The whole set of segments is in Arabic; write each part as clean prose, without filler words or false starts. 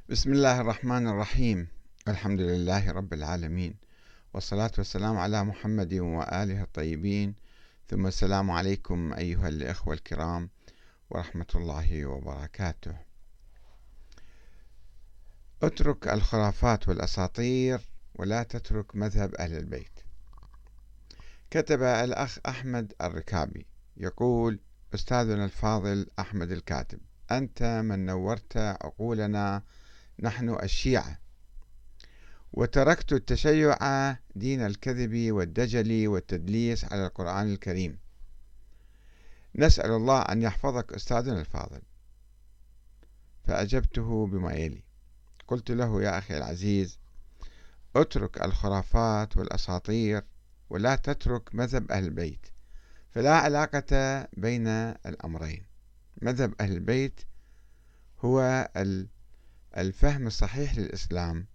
بسم الله الرحمن الرحيم. الحمد لله رب العالمين، والصلاة والسلام على محمد وآله الطيبين، ثم السلام عليكم أيها الإخوة الكرام ورحمة الله وبركاته. اترك الخرافات والأساطير ولا تترك مذهب أهل البيت. كتب الأخ أحمد الركابي يقول: أستاذنا الفاضل أحمد الكاتب، أنت من نورت عقولنا نحن الشيعة، وتركت التشيع دين الكذب والدجل والتدليس على القرآن الكريم. نسأل الله أن يحفظك أستاذنا الفاضل. فأجبته بما يلي: قلت له: يا أخي العزيز، اترك الخرافات والأساطير ولا تترك مذهب أهل البيت، فلا علاقة بين الأمرين. مذهب أهل البيت هو الفهم الصحيح للإسلام،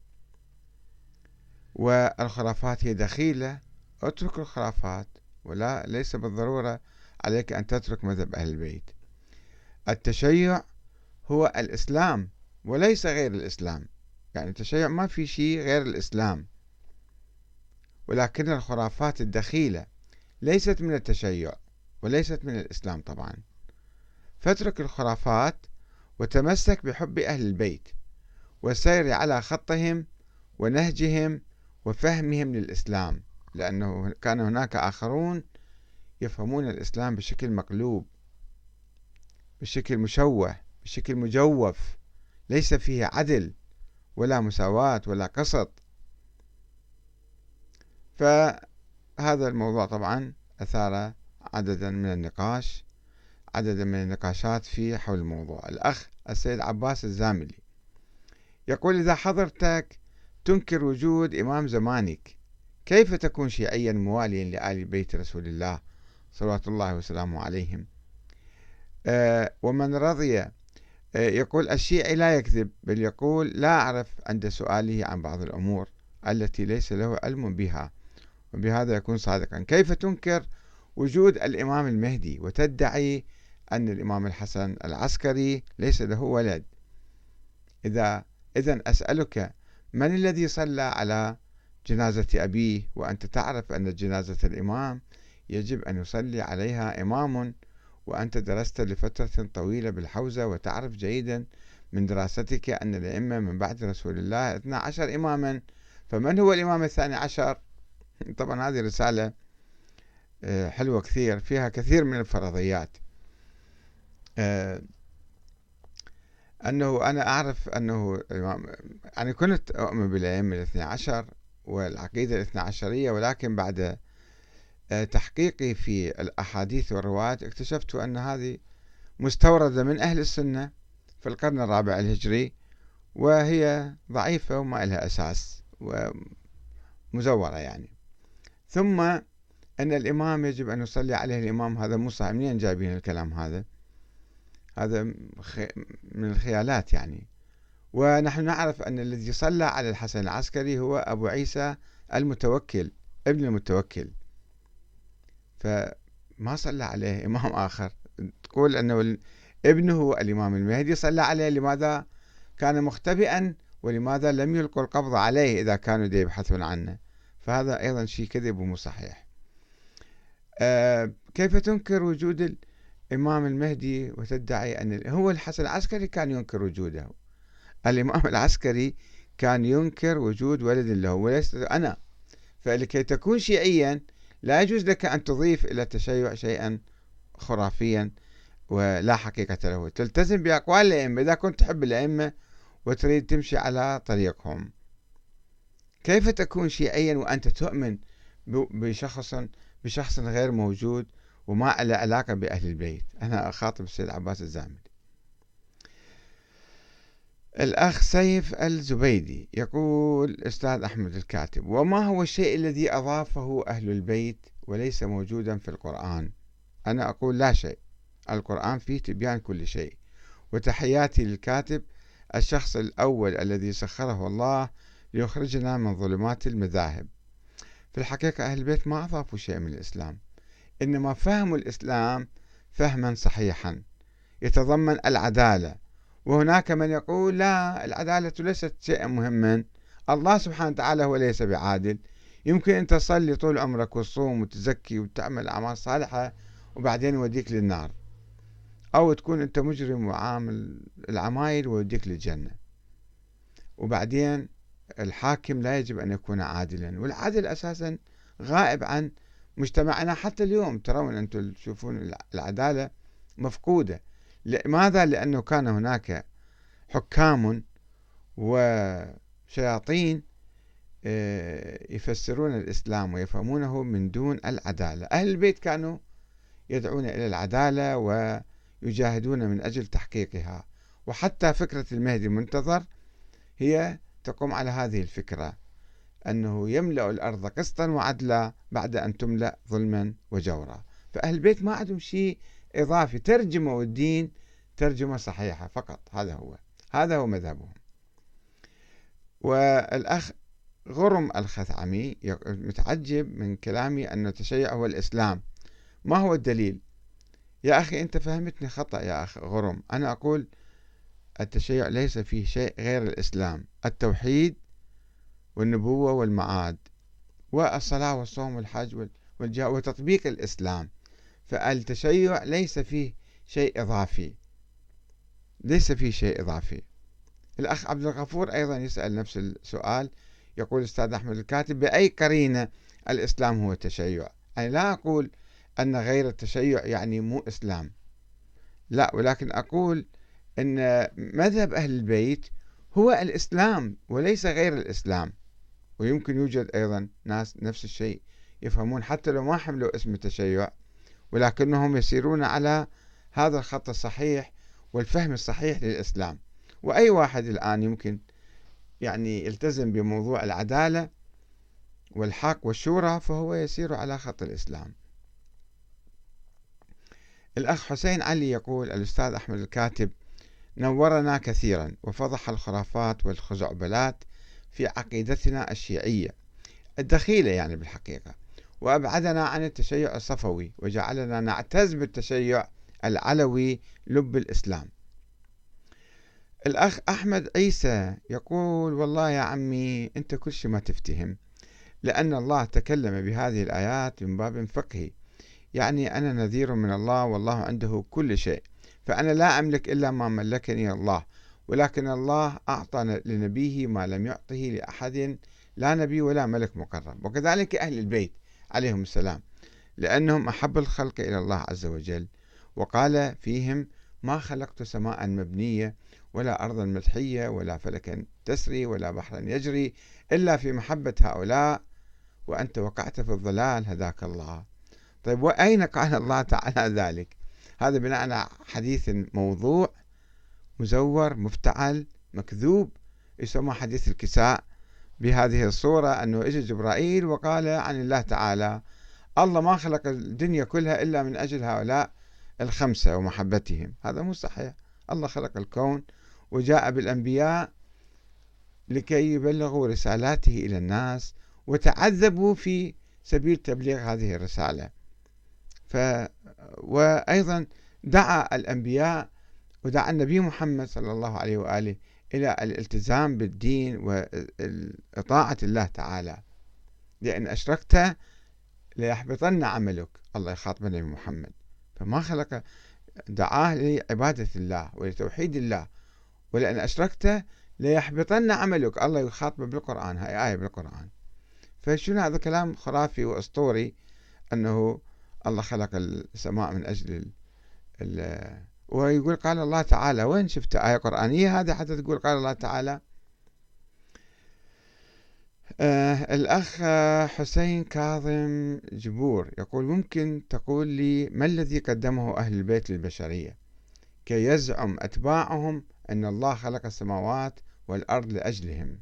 والخرافات هي دخيلة. اترك الخرافات، ليس بالضرورة عليك أن تترك مذهب أهل البيت. التشيع هو الإسلام وليس غير الإسلام، يعني التشيع ما في شيء غير الإسلام، ولكن الخرافات الدخيلة ليست من التشيع وليست من الإسلام طبعا. فاترك الخرافات وتمسك بحب أهل البيت والسير على خطهم ونهجهم وفهمهم للإسلام، لأنه كان هناك آخرون يفهمون الإسلام بشكل مقلوب، بشكل مشوه، بشكل مجوف، ليس فيه عدل ولا مساواة ولا قسط. فهذا الموضوع طبعا أثار عددا من النقاشات في حول الموضوع. الأخ السيد عباس الزاملي يقول: إذا حضرتك تنكر وجود إمام زمانك، كيف تكون شيعيا مواليا لآل بيت رسول الله صلوات الله وسلامه عليهم؟ ومن رضي يقول: الشيعي لا يكذب، بل يقول لا أعرف عند سؤاله عن بعض الأمور التي ليس له علم بها، وبهذا يكون صادقا. كيف تنكر وجود الإمام المهدي وتدعي أن الإمام الحسن العسكري ليس له ولد؟ إذن أسألك، من الذي صلى على جنازة أبيه وأنت تعرف أن جنازة الإمام يجب أن يصلي عليها إمام، وأنت درست لفترة طويلة بالحوزة وتعرف جيدا من دراستك أن الأئمة من بعد رسول الله 12 إماما، فمن هو الإمام الثاني عشر؟ طبعا هذه رسالة حلوة كثير، فيها كثير من الفرضيات. أنه أنا أعرف أنه أنا كنت أؤمن بالأئمة الاثنى عشر والعقيدة الاثنى عشرية، ولكن بعد تحقيقي في الأحاديث والروايات اكتشفت أن هذه مستوردة من أهل السنة في القرن الرابع الهجري، وهي ضعيفة وما لها أساس ومزورة يعني. ثم أن الإمام يجب أن يصلي عليه الإمام، هذا مو صحيح. منين جايبين الكلام هذا؟ هذا من الخيالات يعني. ونحن نعرف أن الذي صلى على الحسن العسكري هو أبو عيسى المتوكل، ابن المتوكل، فما صلى عليه إمام آخر. تقول أنه ابنه هو الإمام المهدي صلى عليه، لماذا كان مختبئا ولماذا لم يلقوا القبض عليه إذا كانوا يبحثون عنه؟ فهذا أيضا شيء كذب ومو صحيح. كيف تنكر وجود الإمام المهدي وتدعي أن هو الحسن العسكري كان ينكر وجوده؟ الإمام العسكري كان ينكر وجود ولد له وليس أنا. فلكي تكون شيعيا لا يجوز لك أن تضيف إلى التشيع شيئا خرافيا ولا حقيقة له. تلتزم بأقوال الأئمة إذا كنت تحب الأئمة وتريد تمشي على طريقهم. كيف تكون شيعيا وأنت تؤمن بشخص غير موجود وما له علاقة بأهل البيت؟ أنا أخاطب السيد عباس الزامل. الأخ سيف الزبيدي يقول: أستاذ أحمد الكاتب، وما هو الشيء الذي أضافه أهل البيت وليس موجودا في القرآن؟ أنا أقول لا شيء، القرآن فيه تبيان كل شيء. وتحياتي للكاتب، الشخص الأول الذي سخره الله ليخرجنا من ظلمات المذاهب. في الحقيقة أهل البيت ما أضافوا شيء من الإسلام، إنما فهموا الإسلام فهما صحيحا يتضمن العدالة وهناك من يقول لا، العدالة ليست شيئا مهما، الله سبحانه وتعالى هو ليس بعادل. يمكن أن تصلي طول عمرك وتصوم وتزكي وتعمل أعمال صالحة وبعدين يوديك للنار، أو تكون أنت مجرم وعامل العمايل ويوديك للجنة. وبعدين الحاكم لا يجب أن يكون عادلا، والعدل أساسا غائب عن مجتمعنا حتى اليوم. ترون أنتم تشوفون العدالة مفقودة. لماذا؟ لأنه كان هناك حكام وشياطين يفسرون الإسلام ويفهمونه من دون العدالة. أهل البيت كانوا يدعون إلى العدالة ويجاهدون من أجل تحقيقها، وحتى فكرة المهدي المنتظر هي تقوم على هذه الفكرة، أنه يملأ الأرض قسطا وعدلا بعد أن تملأ ظلما وجورا. فأهل البيت ما عندهم شيء إضافي، ترجموا الدين ترجمة صحيحة فقط. هذا هو مذهبهم. والأخ غرم الخثعمي متعجب من كلامي أن التشيع هو الإسلام. ما هو الدليل؟ يا أخي أنت فهمتني خطأ يا أخ غرم. أنا أقول التشيع ليس فيه شيء غير الإسلام، التوحيد والنبوة والمعاد والصلاة والصوم والحج والجهاد وتطبيق الإسلام. فالتشيع ليس فيه شيء إضافي، ليس فيه شيء إضافي. الأخ عبد الغفور أيضا يسأل نفس السؤال، يقول أستاذ أحمد الكاتب بأي قرينة الإسلام هو التشيع؟ أنا لا أقول أن غير التشيع يعني مو إسلام، لا، ولكن أقول أن مذهب أهل البيت هو الإسلام وليس غير الإسلام. ويمكن يوجد أيضا ناس نفس الشيء يفهمون حتى لو ما حملوا اسم التشيع، ولكنهم يسيرون على هذا الخط الصحيح والفهم الصحيح للإسلام. وأي واحد الآن يمكن يعني يلتزم بموضوع العدالة والحق والشورى فهو يسير على خط الإسلام. الأخ حسين علي يقول الأستاذ أحمد الكاتب نورنا كثيرا وفضح الخرافات والخزعبلات في عقيدتنا الشيعية الدخيلة يعني بالحقيقة، وأبعدنا عن التشيع الصفوي وجعلنا نعتز بالتشيع العلوي لب الإسلام. الأخ أحمد عيسى يقول والله يا عمي أنت كل شيء ما تفتهم، لأن الله تكلم بهذه الآيات من باب فقهي، يعني أنا نذير من الله والله عنده كل شيء، فأنا لا أملك إلا ما ملكني الله، ولكن الله أعطى لنبيه ما لم يعطه لأحد، لا نبي ولا ملك مقرب. وكذلك أهل البيت عليهم السلام، لأنهم أحب الخلق إلى الله عز وجل، وقال فيهم ما خلقت سماء مبنية ولا أرضا مدحية ولا فلكا تسري ولا بحرا يجري إلا في محبة هؤلاء، وأنت وقعت في الضلال هداك الله. طيب وأين قال الله تعالى ذلك؟ هذا بناء على حديث موضوع مزور مفتعل مكذوب يسمى حديث الكساء، بهذه الصورة أنه إجى جبرائيل وقال عن الله تعالى الله ما خلق الدنيا كلها إلا من أجل هؤلاء الخمسة ومحبتهم. هذا مو صحيح. الله خلق الكون وجاء بالأنبياء لكي يبلغوا رسالاته إلى الناس وتعذبوا في سبيل تبليغ هذه الرسالة. وأيضا دعا الأنبياء ودعا النبي محمد صلى الله عليه وآله إلى الالتزام بالدين وطاعة الله تعالى، لأن أشركت ليحبطن عملك. الله يخاطب النبي محمد، فما خلق، دعاه لعبادة الله ولتوحيد الله، ولأن أشركت ليحبطن عملك. الله يخاطب بالقرآن، هاي آية بالقرآن. فشنو هذا كلام خرافي وأسطوري أنه الله خلق السماء من أجل ويقول قال الله تعالى. وين شفت آية قرآنية هذا حتى تقول قال الله تعالى؟ الأخ حسين كاظم جبور يقول ممكن تقول لي ما الذي قدمه أهل البيت للبشرية كي يزعم أتباعهم أن الله خلق السماوات والأرض لأجلهم؟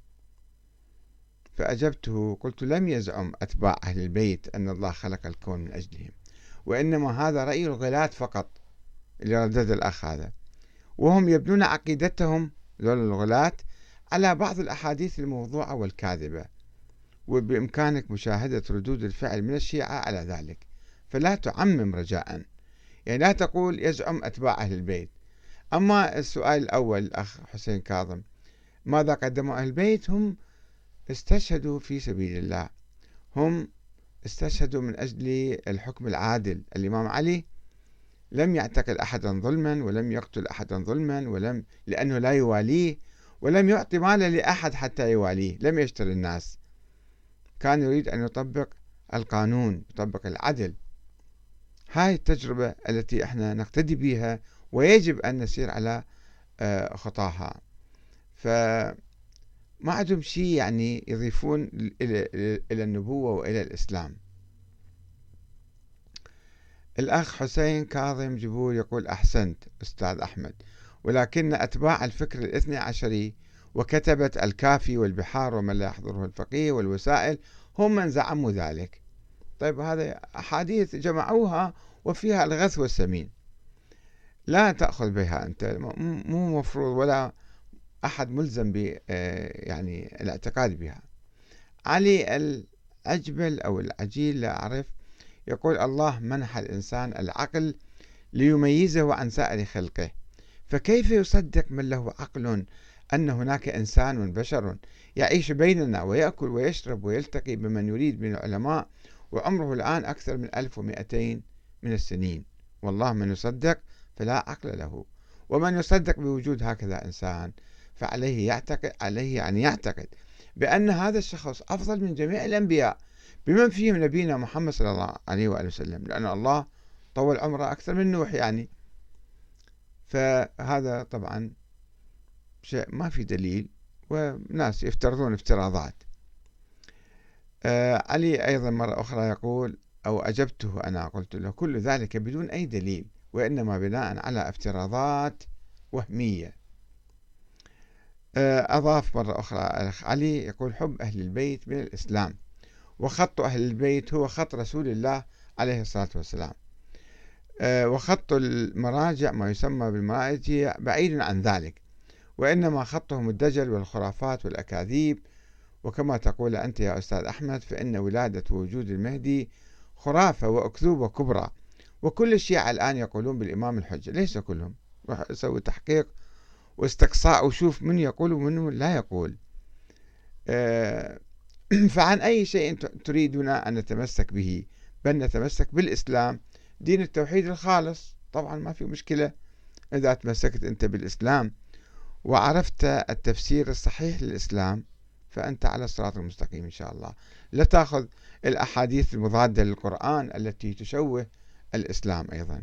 فأجبته قلت لم يزعم أتباع أهل البيت أن الله خلق الكون من أجلهم، وإنما هذا رأي الغلاة فقط اللي ردد الأخ هذا، وهم يبنون عقيدتهم ذول الغلاة على بعض الأحاديث الموضوعة والكاذبة، وبإمكانك مشاهدة ردود الفعل من الشيعة على ذلك، فلا تعمم رجاء. يعني لا تقول يزعم أتباع أهل البيت، أما السؤال الأول الأخ حسين كاظم، ماذا قدموا أهل البيت؟ هم استشهدوا في سبيل الله، هم استشهدوا من أجل الحكم العادل. الإمام علي لم يعتقل أحدا ظلما، ولم يقتل أحدا ظلما، لأنه لا يواليه، ولم يعطي مالا لأحد حتى يواليه، لم يشتري الناس، كان يريد أن يطبق القانون، يطبق العدل. هاي التجربة التي احنا نقتدي بها، ويجب أن نسير على خطاها. فما عندهم شيء يعني يضيفون إلى النبوة وإلى الإسلام. الأخ حسين كاظم جبور يقول: أحسنت أستاذ أحمد، ولكن أتباع الفكر الاثني عشري وكتبة الكافي والبحار ومن لا يحضره الفقيه والوسائل هم من زعموا ذلك. طيب هذه أحاديث جمعوها وفيها الغث والسمين، لا تأخذ بها أنت، مو مفروض ولا أحد ملزم ب يعني الاعتقاد بها. علي الأجبل أو العجيل لا أعرف يقول: الله منح الإنسان العقل ليميزه عن سائر خلقه، فكيف يصدق من له عقل أن هناك إنسان بشر يعيش بيننا ويأكل ويشرب ويلتقي بمن يريد من العلماء، وعمره الآن أكثر من 1200 من السنين، والله من يصدق فلا عقل له، ومن يصدق بوجود هكذا إنسان فعليه أن يعتقد بأن هذا الشخص أفضل من جميع الأنبياء، بمن فيهم نبينا محمد صلى الله عليه وآله وسلم، لأن الله طول عمره أكثر من نوح يعني. فهذا طبعا شيء ما في دليل، وناس يفترضون افتراضات. علي أيضا مرة أخرى يقول، أو أجبته أنا قلت له: كل ذلك بدون أي دليل، وإنما بناء على افتراضات وهمية. أضاف مرة أخرى الأخ علي يقول: حب أهل البيت من الإسلام، وخط أهل البيت هو خط رسول الله عليه الصلاة والسلام، وخط المراجع ما يسمى بالمراجع بعيد عن ذلك، وإنما خطهم الدجل والخرافات والأكاذيب. وكما تقول أنت يا أستاذ أحمد، فإن ولادة ووجود المهدي خرافة وأكذوبة كبرى، وكل الشيعة الآن يقولون بالإمام الحجة، ليس كلهم، روح أسوي تحقيق واستقصاء وشوف من يقول ومن لا يقول. فعن أي شيء تريدون أن نتمسك به؟ بل نتمسك بالإسلام، دين التوحيد الخالص. طبعا ما في مشكلة إذا تمسكت أنت بالإسلام وعرفت التفسير الصحيح للإسلام، فأنت على الصراط المستقيم إن شاء الله. لا تأخذ الأحاديث المضادة للقرآن التي تشوه الإسلام أيضا.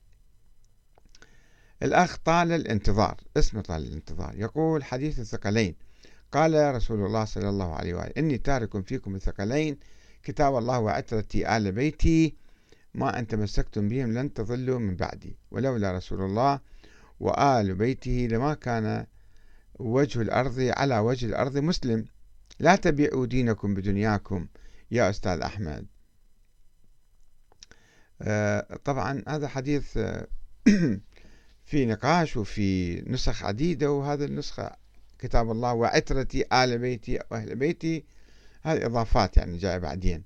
الأخ طال الانتظار، اسمه طال الانتظار، يقول: حديث الثقلين، قال رسول الله صلى الله عليه وآله: إني تارك فيكم الثقلين، كتاب الله وعترتي آل بيتي، ما أن تمسكتم بهم لن تضلوا من بعدي، ولولا رسول الله وآل بيته لما كان وجه الأرض على وجه الأرض مسلم. لا تبيعوا دينكم بدنياكم يا أستاذ أحمد. طبعا هذا حديث في نقاش وفي نسخ عديدة، وهذا النسخة كتاب الله وعترتي آل بيتي وأهل بيتي، هذه إضافات يعني جاء بعدين.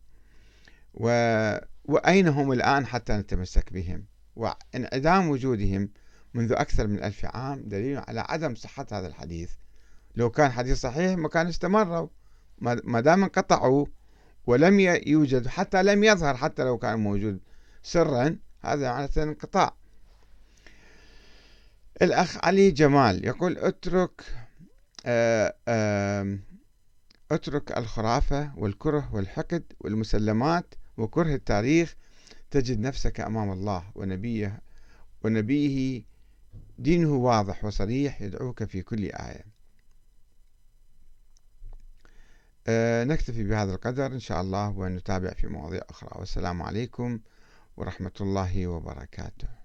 وأين هم الآن حتى نتمسك بهم؟ وانعدام وجودهم منذ أكثر من 1000 عام دليل على عدم صحة هذا الحديث. لو كان حديث صحيح ما كان استمروا، ما دام انقطعوا ولم يوجد، حتى لم يظهر، حتى لو كان موجود سرا، هذا معناته انقطاع. الأخ علي جمال يقول: اترك الخرافة والكره والحقد والمسلمات وكره التاريخ، تجد نفسك أمام الله ونبيه دينه واضح وصريح يدعوك في كل آية. نكتفي بهذا القدر إن شاء الله، ونتابع في مواضيع أخرى، والسلام عليكم ورحمة الله وبركاته.